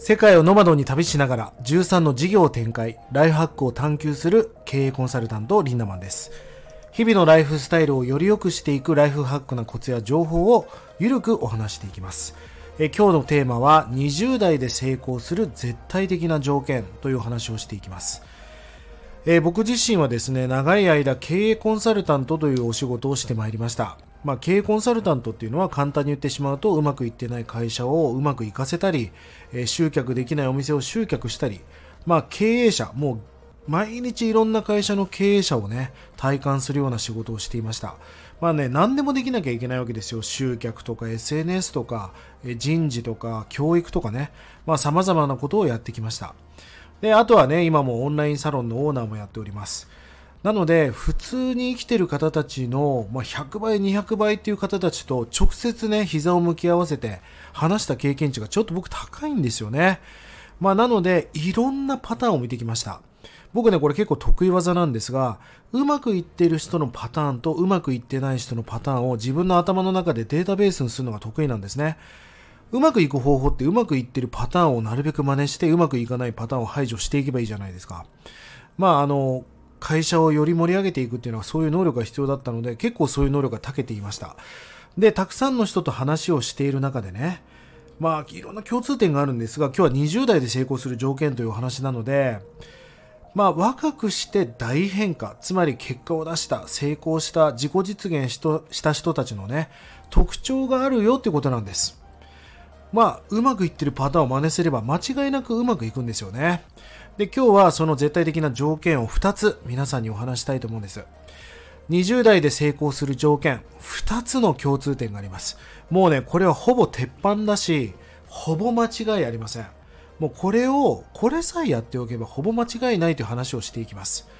世界をノマドに旅しながら13の事業を展開、ライフハックを探求する経営コンサルタントリンダマンです。日々のライフスタイルをより良くしていくライフハックなコツや情報をゆるくお話していきます。今日のテーマは20代で成功する絶対的な条件というお話をしていきます。僕自身はですね、長い間経営コンサルタントというお仕事をしてまいりました。経営コンサルタントっていうのは簡単に言ってしまうと、うまくいってない会社をうまくいかせたり、集客できないお店を集客したり、経営者、もう毎日いろんな会社の経営者をね、体感するような仕事をしていました。何でもできなきゃいけないわけですよ。集客とか SNS とか、人事とか教育とかね、様々なことをやってきました。で、あとはね、今もオンラインサロンのオーナーもやっております。なので、普通に生きてる方たちの、100倍、200倍っていう方たちと直接ね、膝を向き合わせて話した経験値がちょっと僕高いんですよね。なので、いろんなパターンを見てきました。僕ね、これ結構得意技なんですが、うまくいっている人のパターンとうまくいってない人のパターンを自分の頭の中でデータベースにするのが得意なんですね。うまくいく方法ってうまくいってるパターンをなるべく真似してうまくいかないパターンを排除していけばいいじゃないですか。会社をより盛り上げていくっていうのはそういう能力が必要だったので、結構そういう能力が長けていました。で、たくさんの人と話をしている中でね、いろんな共通点があるんですが、今日は20代で成功する条件というお話なので、若くして大変化、つまり結果を出した、成功した、自己実現した人たちのね、特徴があるよっていうことなんです。うまくいってるパターンを真似すれば間違いなくうまくいくんですよね。で、今日はその絶対的な条件を2つ皆さんにお話したいと思うんです。20代で成功する条件、2つの共通点があります。もうね、これはほぼ鉄板だし、ほぼ間違いありません。もうこれさえやっておけばほぼ間違いないという話をしていきます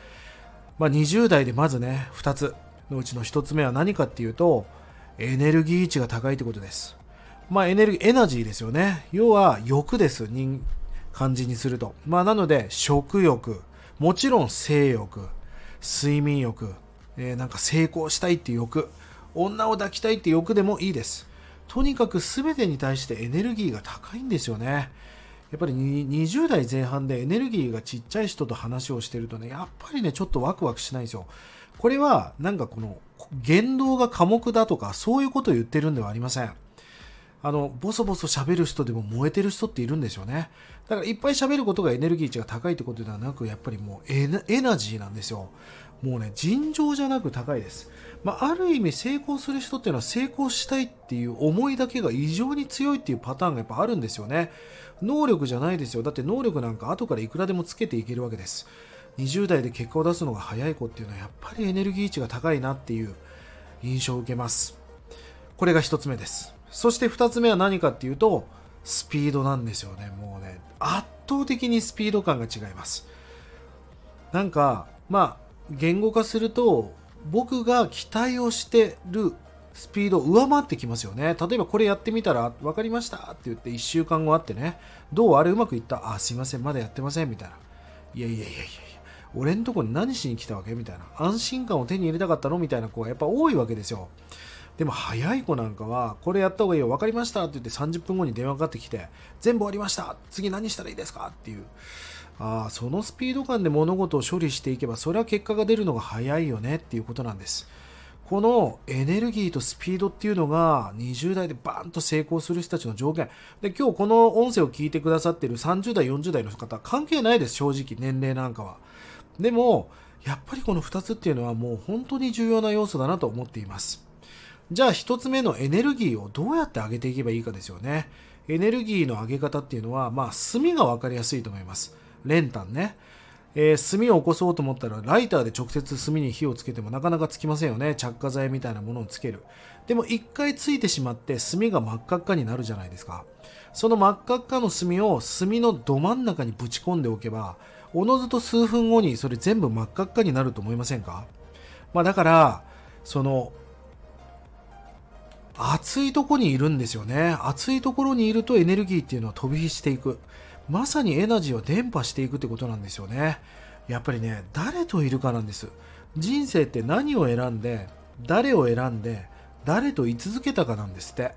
。20代でまずね、2つのうちの1つ目は何かっていうと、エネルギー値が高いということです。エナジーですよね。要は欲です。漢字にすると。なので、食欲、もちろん性欲、睡眠欲、成功したいっていう欲、女を抱きたいっていう欲でもいいです。とにかく全てに対してエネルギーが高いんですよね。やっぱり20代前半でエネルギーがちっちゃい人と話をしてるとね、やっぱりね、ちょっとワクワクしないんですよ。これは、この言動が寡黙だとか、そういうことを言ってるんではありません。ボソボソ喋る人でも燃えてる人っているんですよね。だからいっぱい喋ることがエネルギー値が高いってことではなく、やっぱりもうエナジーなんですよ。もうね、尋常じゃなく高いです。ある意味成功する人っていうのは成功したいっていう思いだけが異常に強いっていうパターンがやっぱあるんですよね。能力じゃないですよ。だって能力なんか後からいくらでもつけていけるわけです。20代で結果を出すのが早い子っていうのはやっぱりエネルギー値が高いなっていう印象を受けます。これが一つ目です。そして二つ目は何かっていうと、スピードなんですよね。もうね、圧倒的にスピード感が違います。言語化すると、僕が期待をしてるスピードを上回ってきますよね。例えばこれやってみたら分かりましたって言って1週間後あってね、どうあれうまくいった？すいません、まだやってませんみたいな。いや、俺んとこに何しに来たわけみたいな。安心感を手に入れたかったのみたいな子がやっぱ多いわけですよ。でも早い子なんかは、これやった方がいいよ、分かりましたって言って30分後に電話かかってきて、全部終わりました、次何したらいいですかっていう。そのスピード感で物事を処理していけば、それは結果が出るのが早いよねっていうことなんです。このエネルギーとスピードっていうのが20代でバーンと成功する人たちの条件で、今日この音声を聞いてくださっている30代40代の方関係ないです。正直年齢なんかは。でもやっぱりこの2つっていうのはもう本当に重要な要素だなと思っています。じゃあ1つ目のエネルギーをどうやって上げていけばいいかですよね。エネルギーの上げ方っていうのは炭が分かりやすいと思います。練炭ね。炭を起こそうと思ったらライターで直接炭に火をつけてもなかなかつきませんよね。着火剤みたいなものをつける。でも一回ついてしまって炭が真っ赤っかになるじゃないですか。その真っ赤っかの炭を炭のど真ん中にぶち込んでおけば、おのずと数分後にそれ全部真っ赤っかになると思いませんか？だからその暑いところにいるんですよね。暑いところにいるとエネルギーっていうのは飛び火していく。まさにエナジーを伝播していくってことなんですよね。やっぱりね、誰といるかなんです。人生って何を選んで、誰を選んで、誰と居続けたかなんですって。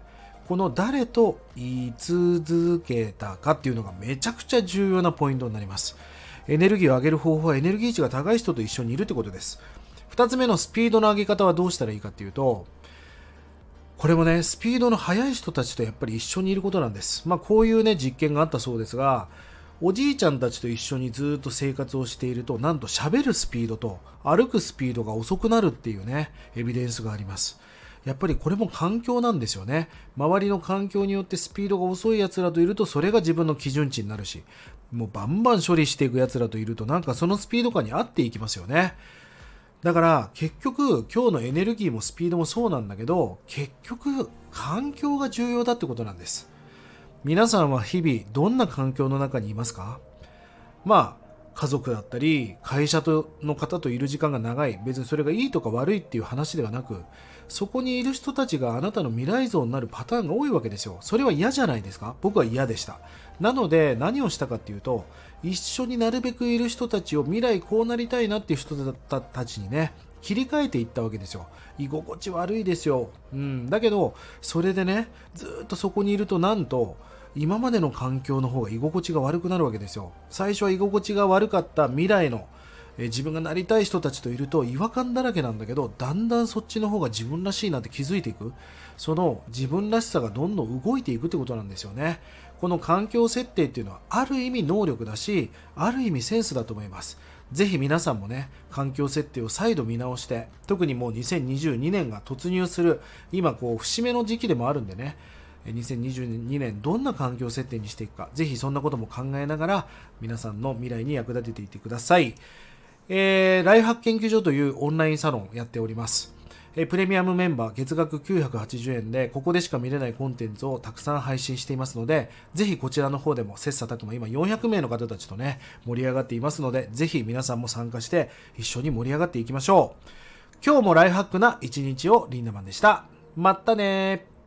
この誰と言い続けたかっていうのがめちゃくちゃ重要なポイントになります。エネルギーを上げる方法はエネルギー値が高い人と一緒にいるってことです。2つ目のスピードの上げ方はどうしたらいいかっていうと、これもね、スピードの速い人たちとやっぱり一緒にいることなんです。こういうね、実験があったそうですが、おじいちゃんたちと一緒にずっと生活をしていると、なんと喋るスピードと歩くスピードが遅くなるっていうね、エビデンスがあります。やっぱりこれも環境なんですよね。周りの環境によってスピードが遅い奴らといると、それが自分の基準値になるし、もうバンバン処理していく奴らといると、なんかそのスピード感に合っていきますよね。だから結局今日のエネルギーもスピードもそうなんだけど、結局環境が重要だってことなんです。皆さんは日々どんな環境の中にいますか？家族だったり会社の方といる時間が長い、別にそれがいいとか悪いっていう話ではなく、そこにいる人たちがあなたの未来像になるパターンが多いわけですよ。それは嫌じゃないですか？僕は嫌でした。なので何をしたかっていうと、一緒になるべくいる人たちを未来こうなりたいなっていう人たちにね、切り替えていったわけですよ。居心地悪いですよ。だけどそれでね、ずっとそこにいると、なんと今までの環境の方が居心地が悪くなるわけですよ。最初は居心地が悪かった未来の自分がなりたい人たちといると違和感だらけなんだけど、だんだんそっちの方が自分らしいなって気づいていく。その自分らしさがどんどん動いていくってことなんですよね。この環境設定っていうのはある意味能力だし、ある意味センスだと思います。ぜひ皆さんもね、環境設定を再度見直して、特にもう2022年が突入する今節目の時期でもあるんでね、2022年どんな環境設定にしていくか、ぜひそんなことも考えながら皆さんの未来に役立てていってください。ライフハック研究所というオンラインサロンをやっております。プレミアムメンバー月額980円でここでしか見れないコンテンツをたくさん配信していますので、ぜひこちらの方でも切磋琢磨、今400名の方たちとね盛り上がっていますので、ぜひ皆さんも参加して一緒に盛り上がっていきましょう。今日もライフハックな一日をリンダマンでした。またねー。